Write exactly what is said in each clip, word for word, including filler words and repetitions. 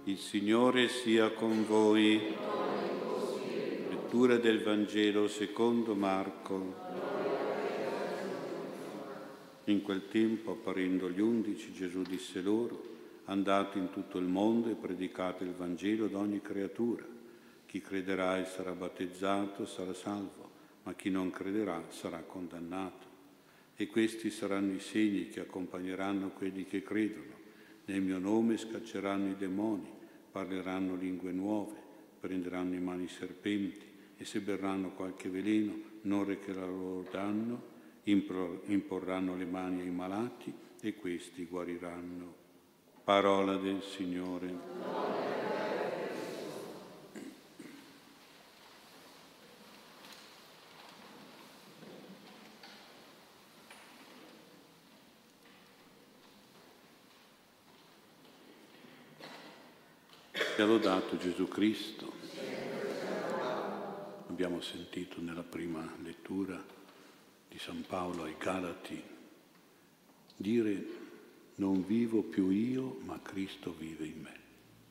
Il Signore sia con voi. Lettura del Vangelo secondo Marco. In quel tempo, apparendo gli undici, Gesù disse loro: andate in tutto il mondo e predicate il Vangelo ad ogni creatura. Chi crederà e sarà battezzato sarà salvo, ma chi non crederà sarà condannato. E questi saranno i segni che accompagneranno quelli che credono. Nel mio nome scacceranno i demoni, parleranno lingue nuove, prenderanno in mano i serpenti e se berranno qualche veleno non recherà loro danno, imporranno le mani ai malati e questi guariranno. Parola del Signore. Sia lodato Gesù Cristo. Abbiamo sentito nella prima lettura di San Paolo ai Galati dire: non vivo più io, ma Cristo vive in me.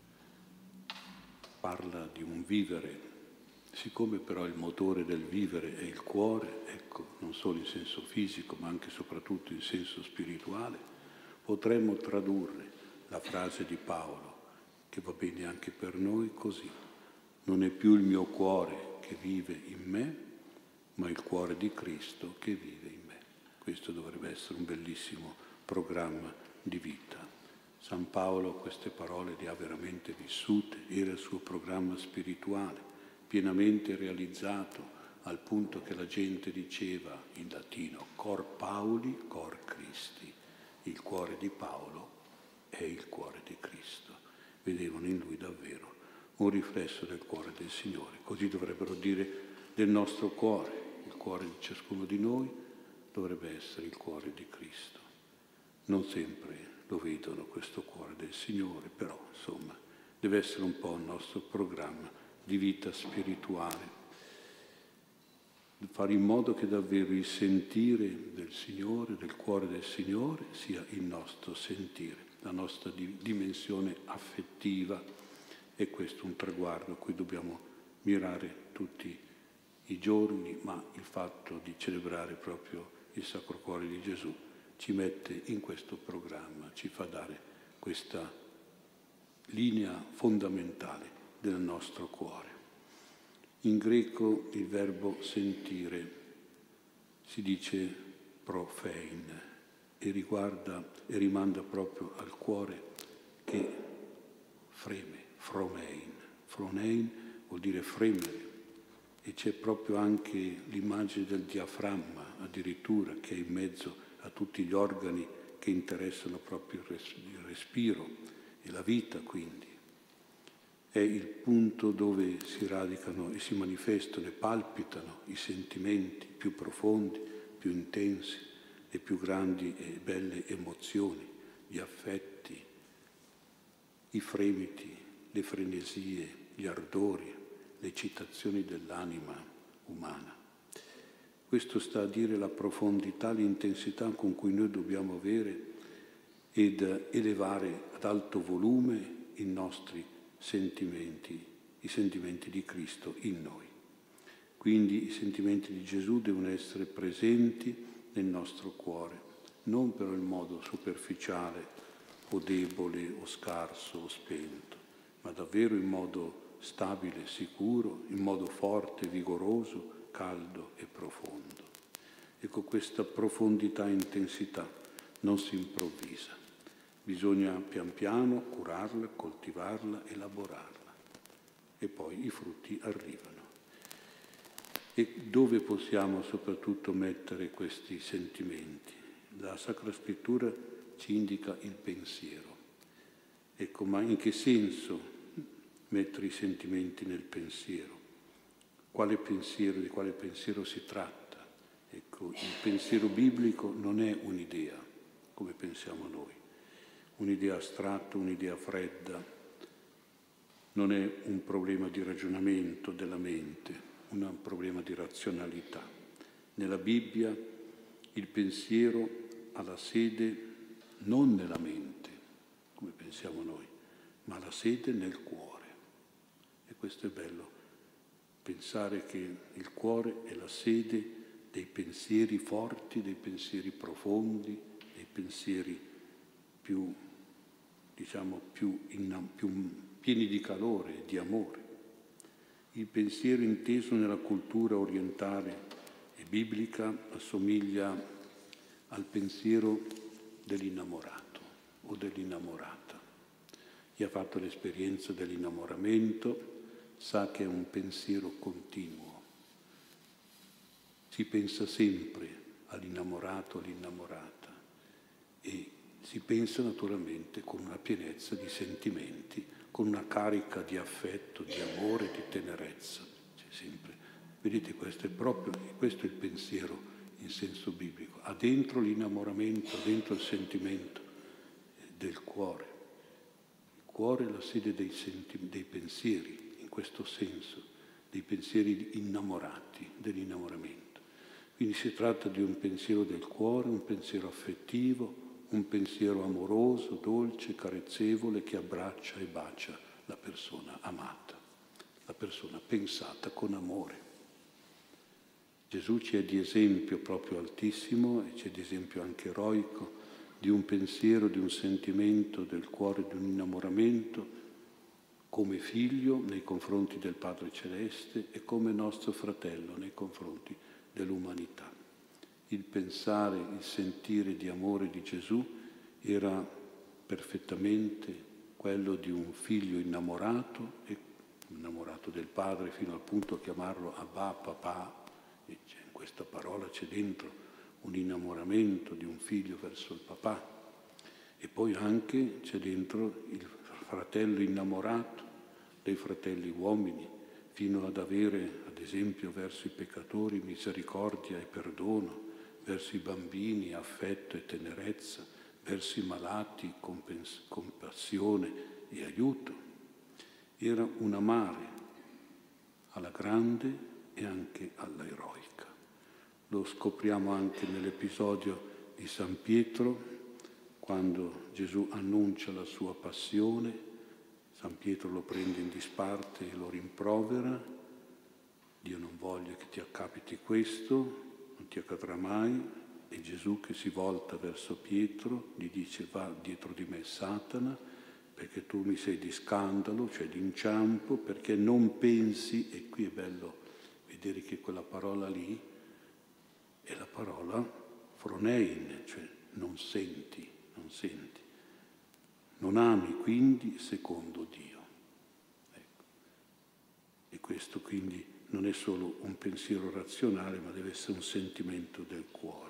Parla di un vivere, siccome però il motore del vivere è il cuore, ecco, non solo in senso fisico, ma anche e soprattutto in senso spirituale, potremmo tradurre la frase di Paolo, che va bene anche per noi, così: non è più il mio cuore che vive in me, ma il cuore di Cristo che vive in me. Questo dovrebbe essere un bellissimo programma di vita. San Paolo queste parole le ha veramente vissute, era il suo programma spirituale, pienamente realizzato, al punto che la gente diceva in latino: cor Pauli, cor Christi. Il cuore di Paolo è il cuore di Cristo. Vedevano in lui davvero un riflesso del cuore del Signore. Così dovrebbero dire del nostro cuore. Il cuore di ciascuno di noi dovrebbe essere il cuore di Cristo. Non sempre lo vedono questo cuore del Signore, però insomma deve essere un po' il nostro programma di vita spirituale. Fare in modo che davvero il sentire del Signore, del cuore del Signore, sia il nostro sentire, la nostra di- dimensione affettiva. E questo è un traguardo a cui dobbiamo mirare tutti i giorni, ma il fatto di celebrare proprio il Sacro Cuore di Gesù ci mette in questo programma, ci fa dare questa linea fondamentale del nostro cuore. In greco il verbo sentire si dice prophein e riguarda e rimanda proprio al cuore che freme, fromein. Fronein vuol dire fremere, e c'è proprio anche l'immagine del diaframma addirittura, che è in mezzo a tutti gli organi che interessano proprio il respiro e la vita, quindi. È il punto dove si radicano e si manifestano e palpitano i sentimenti più profondi, più intensi, le più grandi e belle emozioni, gli affetti, i fremiti, le frenesie, gli ardori, le eccitazioni dell'anima umana. Questo sta a dire la profondità, l'intensità con cui noi dobbiamo avere ed elevare ad alto volume i nostri sentimenti, i sentimenti di Cristo in noi. Quindi i sentimenti di Gesù devono essere presenti nel nostro cuore, non però in modo superficiale o debole o scarso o spento, ma davvero in modo stabile, sicuro, in modo forte, vigoroso, caldo e profondo. Ecco, questa profondità e intensità non si improvvisa. Bisogna pian piano curarla, coltivarla, elaborarla e poi i frutti arrivano. E dove possiamo soprattutto mettere questi sentimenti? La Sacra Scrittura ci indica il pensiero. Ecco, ma in che senso mettere i sentimenti nel pensiero? Quale pensiero, di quale pensiero si tratta? Ecco, il pensiero biblico non è un'idea, come pensiamo noi. Un'idea astratta, un'idea fredda, non è un problema di ragionamento della mente, un problema di razionalità. Nella Bibbia il pensiero ha la sede non nella mente, come pensiamo noi, ma la sede nel cuore. E questo è bello, pensare che il cuore è la sede dei pensieri forti, dei pensieri profondi, dei pensieri più, diciamo, più, in, più pieni di calore, di amore. Il pensiero inteso nella cultura orientale e biblica assomiglia al pensiero dell'innamorato o dell'innamorata. Chi ha fatto l'esperienza dell'innamoramento sa che è un pensiero continuo. Si pensa sempre all'innamorato, all'innamorata e si pensa naturalmente con una pienezza di sentimenti, con una carica di affetto, di amore, di tenerezza. C'è sempre. Vedete, questo è proprio, questo è il pensiero in senso biblico. Ha dentro l'innamoramento, ha dentro il sentimento del cuore. Il cuore è la sede dei, senti- dei pensieri, in questo senso, dei pensieri innamorati, dell'innamoramento. Quindi si tratta di un pensiero del cuore, un pensiero affettivo, un pensiero amoroso, dolce, carezzevole, che abbraccia e bacia la persona amata, la persona pensata con amore. Gesù ci è di esempio proprio altissimo e ci è di esempio anche eroico di un pensiero, di un sentimento del cuore, di un innamoramento come figlio nei confronti del Padre Celeste e come nostro fratello nei confronti dell'umanità. Il pensare, il sentire di amore di Gesù era perfettamente quello di un figlio innamorato, e innamorato del Padre fino al punto a chiamarlo Abba, papà, e in questa parola c'è dentro un innamoramento di un figlio verso il papà, e poi anche c'è dentro il fratello innamorato dei fratelli uomini, fino ad avere, ad esempio, verso i peccatori misericordia e perdono, verso i bambini affetto e tenerezza, verso i malati compens- compassione e aiuto. Era un amare alla grande e anche alla eroica. Lo scopriamo anche nell'episodio di San Pietro, quando Gesù annuncia la sua passione. San Pietro lo prende in disparte e lo rimprovera. Dio non voglia che ti accapiti questo, non ti accadrà mai. E Gesù, che si volta verso Pietro, gli dice: va dietro di me Satana, perché tu mi sei di scandalo, cioè di inciampo, perché non pensi, e qui è bello vedere che quella parola lì è la parola phronein, cioè non senti, non senti. Non ami quindi secondo Dio. Ecco. E questo quindi non è solo un pensiero razionale, ma deve essere un sentimento del cuore.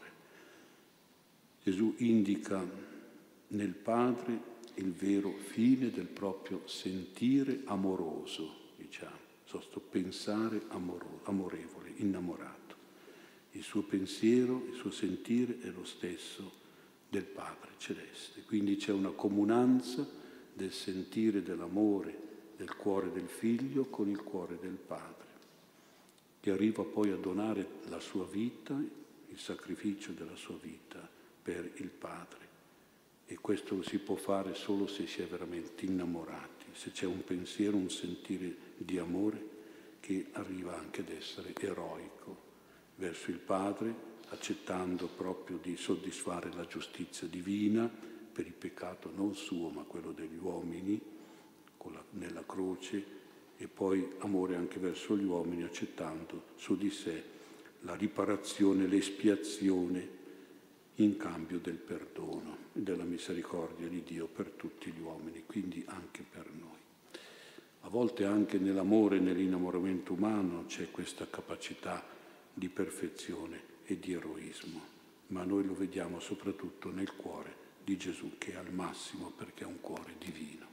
Gesù indica nel Padre il vero fine del proprio sentire amoroso, diciamo, sosto pensare amoro, amorevole, innamorato. Il suo pensiero, il suo sentire è lo stesso del Padre Celeste. Quindi c'è una comunanza del sentire dell'amore del cuore del Figlio con il cuore del Padre, che arriva poi a donare la sua vita, il sacrificio della sua vita per il Padre. E questo lo si può fare solo se si è veramente innamorati, se c'è un pensiero, un sentire di amore che arriva anche ad essere eroico verso il Padre, accettando proprio di soddisfare la giustizia divina per il peccato non suo ma quello degli uomini con la, nella croce, e poi amore anche verso gli uomini, accettando su di sé la riparazione, l'espiazione in cambio del perdono e della misericordia di Dio per tutti gli uomini, quindi anche per noi. A volte anche nell'amore e nell'innamoramento umano c'è questa capacità di perfezione e di eroismo, ma noi lo vediamo soprattutto nel cuore di Gesù, che è al massimo perché è un cuore divino.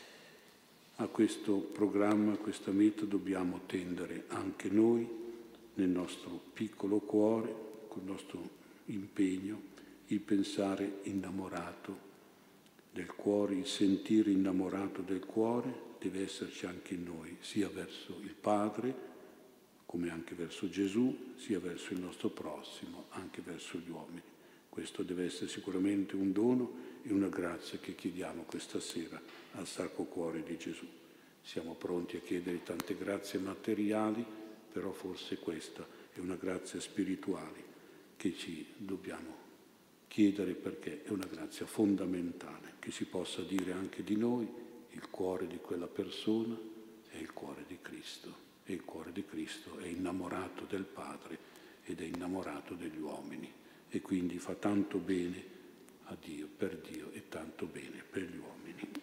A questo programma, a questa meta dobbiamo tendere anche noi nel nostro piccolo cuore, col nostro impegno, il pensare innamorato del cuore, il sentire innamorato del cuore deve esserci anche in noi, sia verso il Padre, come anche verso Gesù, sia verso il nostro prossimo, anche verso gli uomini. Questo deve essere sicuramente un dono e una grazia che chiediamo questa sera al Sacro Cuore di Gesù. Siamo pronti a chiedere tante grazie materiali, però forse questa è una grazia spirituale che ci dobbiamo chiedere, perché è una grazia fondamentale, che si possa dire anche di noi: il cuore di quella persona è il cuore di Cristo, e il cuore di Cristo è innamorato del Padre ed è innamorato degli uomini, e quindi fa tanto bene a Dio, per Dio, e tanto bene per gli uomini.